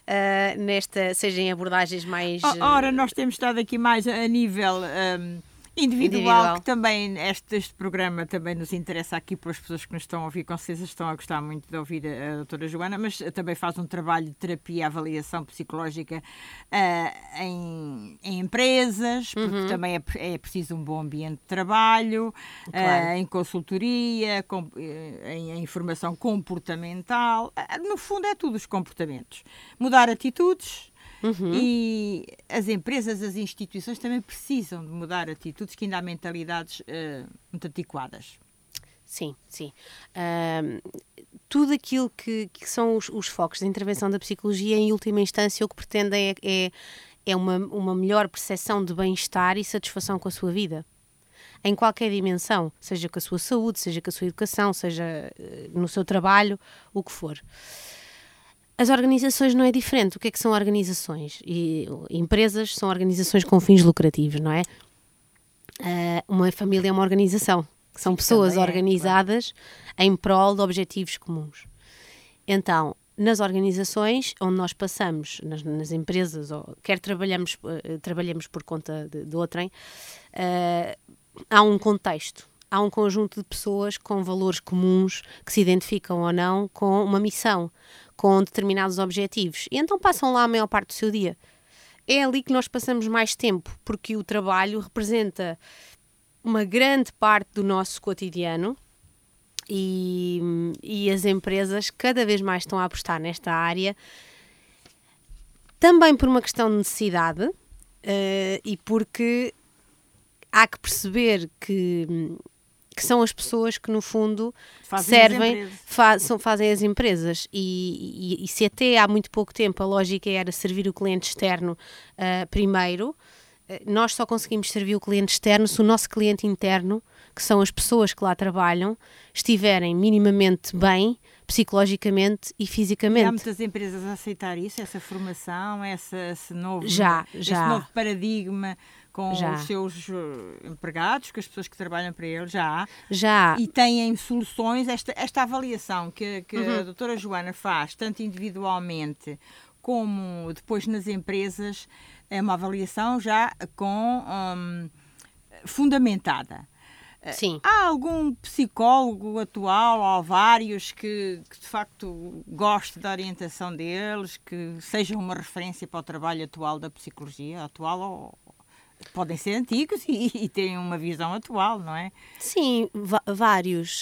seja em abordagens mais... Ora, nós temos estado aqui mais a nível individual, que também este programa também nos interessa aqui para as pessoas que nos estão a ouvir, com certeza estão a gostar muito de ouvir a doutora Joana, mas também faz um trabalho de terapia e avaliação psicológica em empresas, porque também é preciso um bom ambiente de trabalho, claro. Em consultoria, em informação comportamental, no fundo é tudo os comportamentos. Mudar atitudes. E as empresas, as instituições também precisam de mudar atitudes, que ainda há mentalidades muito antiquadas. Sim, sim. Tudo aquilo que são os focos da intervenção da psicologia, em última instância, o que pretendem é uma melhor percepção de bem-estar e satisfação com a sua vida. Em qualquer dimensão, seja com a sua saúde, seja com a sua educação, seja no seu trabalho, o que for. As organizações não é diferente. O que é que são organizações? E empresas são organizações com fins lucrativos, não é? Uma família é uma organização. São pessoas organizadas em prol de objetivos comuns. Então, nas organizações onde nós passamos, nas empresas, ou quer trabalhemos por conta de outrem, há um contexto. Há um conjunto de pessoas com valores comuns que se identificam ou não com uma missão, com determinados objetivos. E então passam lá a maior parte do seu dia. É ali que nós passamos mais tempo, porque o trabalho representa uma grande parte do nosso cotidiano e as empresas cada vez mais estão a apostar nesta área, também por uma questão de necessidade e porque há que perceber que são as pessoas que, no fundo, fazem as empresas. E se até há muito pouco tempo a lógica era servir o cliente externo primeiro, nós só conseguimos servir o cliente externo se o nosso cliente interno, que são as pessoas que lá trabalham, estiverem minimamente bem, psicologicamente e fisicamente. Há muitas empresas a aceitar isso, essa formação, esse novo paradigma com os seus empregados, com as pessoas que trabalham para eles, já. E têm soluções, esta avaliação que a doutora Joana faz, tanto individualmente como depois nas empresas, é uma avaliação já fundamentada. Sim. Há algum psicólogo atual, ou vários, que de facto goste da orientação deles, que sejam uma referência para o trabalho atual da psicologia atual, ou podem ser antigos e terem uma visão atual, não é? Sim, vários.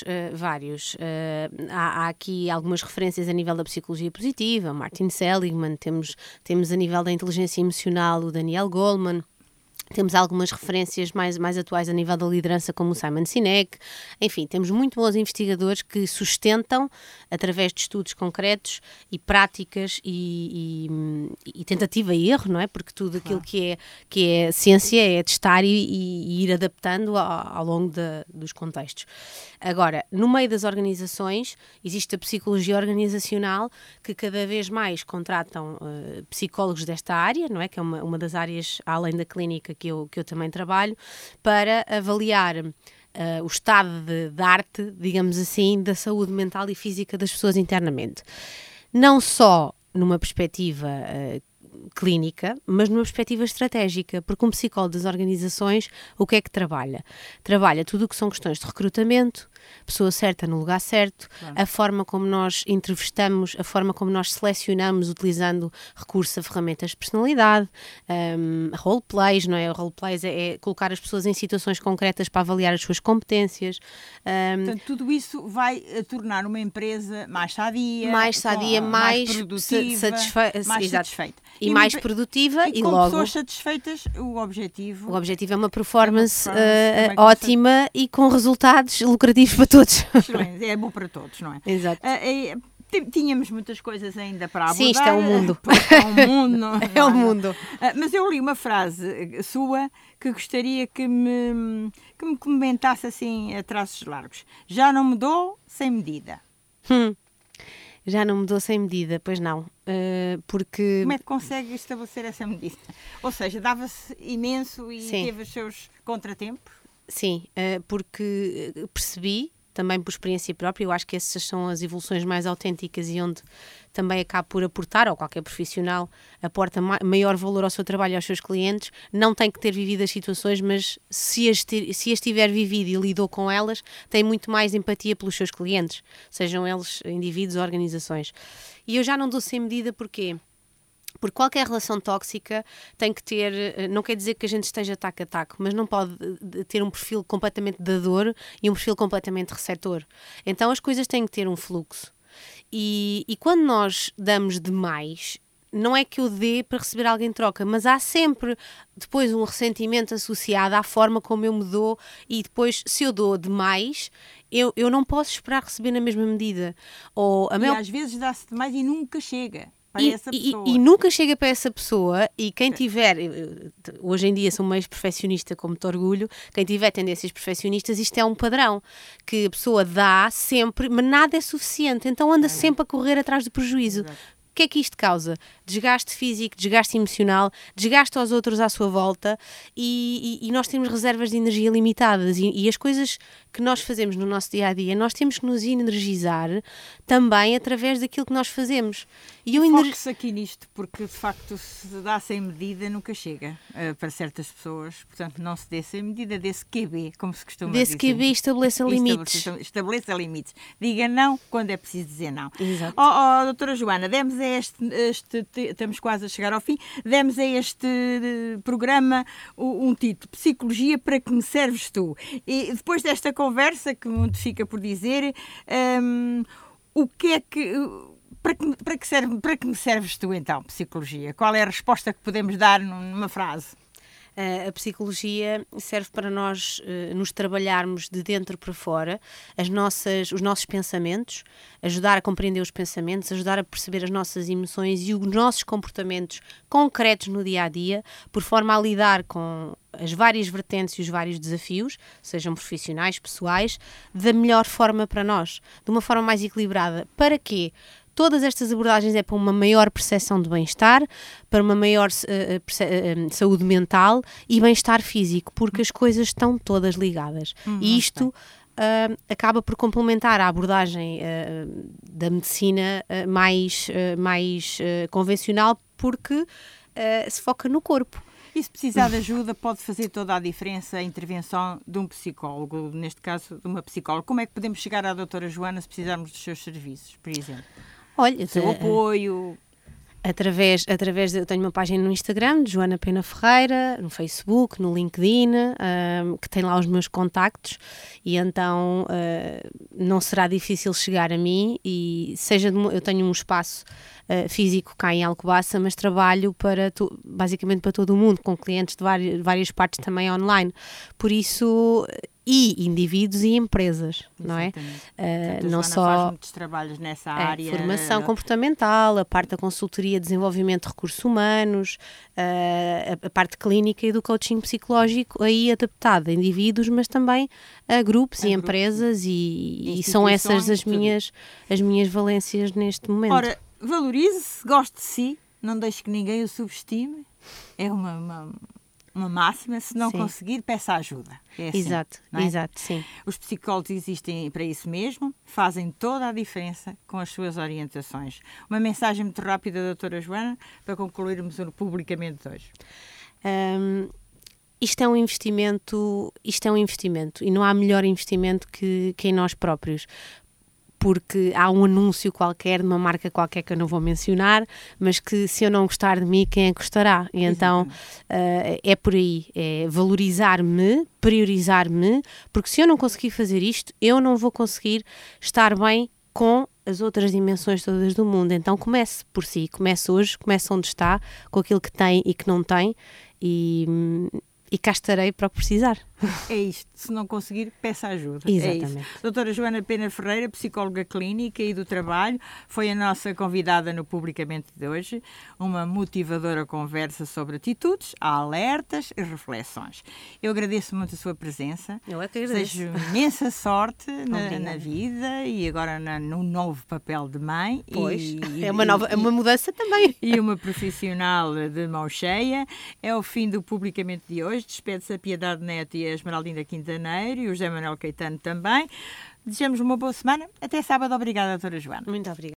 Há aqui algumas referências a nível da psicologia positiva, Martin Seligman, temos a nível da inteligência emocional o Daniel Goleman. Temos algumas referências mais atuais a nível da liderança, como o Simon Sinek. Enfim, temos muito bons investigadores que sustentam, através de estudos concretos e práticas e tentativa e erro, não é? Porque tudo aquilo que é ciência é testar e ir adaptando ao longo dos contextos. Agora, no meio das organizações, existe a psicologia organizacional, que cada vez mais contratam psicólogos desta área, não é? Que é uma das áreas, além da clínica, que eu também trabalho, para avaliar o estado de arte, digamos assim, da saúde mental e física das pessoas internamente. Não só numa perspectiva clínica, mas numa perspectiva estratégica, porque um psicólogo das organizações, o que é que trabalha? Trabalha tudo o que são questões de recrutamento, pessoa certa no lugar certo, a forma como nós entrevistamos, a forma como nós selecionamos utilizando recurso a ferramentas de personalidade, roleplays, não é? Roleplays é colocar as pessoas em situações concretas para avaliar as suas competências. Portanto, tudo isso vai tornar uma empresa mais sadia, mais produtiva, mais satisfeita. E mais produtiva e com logo... pessoas satisfeitas, o objetivo é uma performance ótima e com resultados lucrativos para todos. Excelente, é bom para todos, não é? Exato. Tínhamos muitas coisas ainda para abordar. Sim, isto é um mundo. É um mundo. É um mundo. Mas eu li uma frase sua que gostaria que me comentasse assim a traços largos. Já não mudou sem medida. Já não mudou sem medida, pois não. Porque... Como é que consegue estabelecer essa medida? Ou seja, dava-se imenso e teve os seus contratempos? Sim, porque percebi, também por experiência própria, eu acho que essas são as evoluções mais autênticas e onde também acaba por aportar, ou qualquer profissional aporta maior valor ao seu trabalho e aos seus clientes, não tem que ter vivido as situações, mas se as tiver vivido e lidou com elas, tem muito mais empatia pelos seus clientes, sejam eles indivíduos ou organizações. E eu já não dou sem medida porquê? Porque qualquer relação tóxica tem que ter, não quer dizer que a gente esteja taco a taco, mas não pode ter um perfil completamente dador e um perfil completamente receptor. Então as coisas têm que ter um fluxo. E quando nós damos demais, não é que eu dê para receber alguém em troca, mas há sempre depois um ressentimento associado à forma como eu me dou, e depois, se eu dou demais, eu não posso esperar receber na mesma medida. Às vezes dá-se demais e nunca chega. E nunca chega para essa pessoa, e quem tiver, hoje em dia sou mais perfeccionista, como te orgulho, quem tiver tendências perfeccionistas, isto é um padrão, que a pessoa dá sempre, mas nada é suficiente, então anda sempre a correr atrás do prejuízo. Exato. que é que isto causa? Desgaste físico, desgaste emocional, desgaste aos outros à sua volta e nós temos reservas de energia limitadas e as coisas que nós fazemos no nosso dia-a-dia, nós temos que nos energizar também através daquilo que nós fazemos. E foque-se aqui nisto, porque de facto se dá sem medida nunca chega para certas pessoas, portanto não se dê sem medida, dê-se QB, como se costuma dizer. Desse QB estabeleça limites. Estabeleça limites. Diga não quando é preciso dizer não. Exato. Doutora Joana, demos a estamos quase a chegar ao fim, demos a este programa um título, Psicologia para que me serves tu? E depois desta conversa, que muito fica por dizer, o que é que... Para que me serves tu então, psicologia? Qual é a resposta que podemos dar numa frase? A psicologia serve para nós nos trabalharmos de dentro para fora, os nossos pensamentos, ajudar a compreender os pensamentos, ajudar a perceber as nossas emoções e os nossos comportamentos concretos no dia-a-dia, por forma a lidar com as várias vertentes e os vários desafios, sejam profissionais, pessoais, da melhor forma para nós, de uma forma mais equilibrada. Para quê? Todas estas abordagens é para uma maior percepção de bem-estar, para uma maior saúde mental e bem-estar físico, porque as coisas estão todas ligadas. E isto acaba por complementar a abordagem da medicina mais convencional, porque se foca no corpo. E se precisar de ajuda, pode fazer toda a diferença a intervenção de um psicólogo, neste caso de uma psicóloga. Como é que podemos chegar à doutora Joana se precisarmos dos seus serviços, por exemplo? Olha, seu apoio. Eu tenho uma página no Instagram, de Joana Pena Ferreira, no Facebook, no LinkedIn, que tem lá os meus contactos e então não será difícil chegar a mim e eu tenho um espaço físico cá em Alcobaça, mas trabalho basicamente para todo o mundo, com clientes de várias partes também online. Por isso, e indivíduos e empresas, não é? Não só faz muitos trabalhos nessa área. Formação comportamental, a parte da consultoria, desenvolvimento de recursos humanos, a parte clínica e do coaching psicológico aí adaptada a indivíduos, mas também a grupos e empresas e são essas as minhas valências neste momento. Ora, valorize-se, goste de si, não deixe que ninguém o subestime. É uma máxima, se não conseguir, peça ajuda. É assim, exato, sim. Os psicólogos existem para isso mesmo, fazem toda a diferença com as suas orientações. Uma mensagem muito rápida da doutora Joana, para concluirmos publicamente hoje. Isto é um investimento e não há melhor investimento que em nós próprios. Porque há um anúncio qualquer, de uma marca qualquer que eu não vou mencionar, mas que se eu não gostar de mim, quem é que gostará? E então é por aí, é valorizar-me, priorizar-me, porque se eu não conseguir fazer isto, eu não vou conseguir estar bem com as outras dimensões todas do mundo. Então comece por si, comece hoje, comece onde está, com aquilo que tem e que não tem e cá estarei para o que precisar. É isto, se não conseguir, peça ajuda. Exatamente. É isso. Doutora Joana Pena Ferreira, psicóloga clínica e do trabalho, foi a nossa convidada no Publicamente de hoje, uma motivadora conversa sobre atitudes, alertas e reflexões. Eu agradeço muito a sua presença. Eu é que agradeço. Desejo imensa sorte na vida e agora no novo papel de mãe. Pois, é uma mudança também. E uma profissional de mão cheia. É o fim do Publicamente de hoje. Despede-se a Piedade Neto e a Esmeraldina Quintaneiro e o José Manuel Caetano também. Desejamos uma boa semana. Até sábado. Obrigada, doutora Joana. Muito obrigada.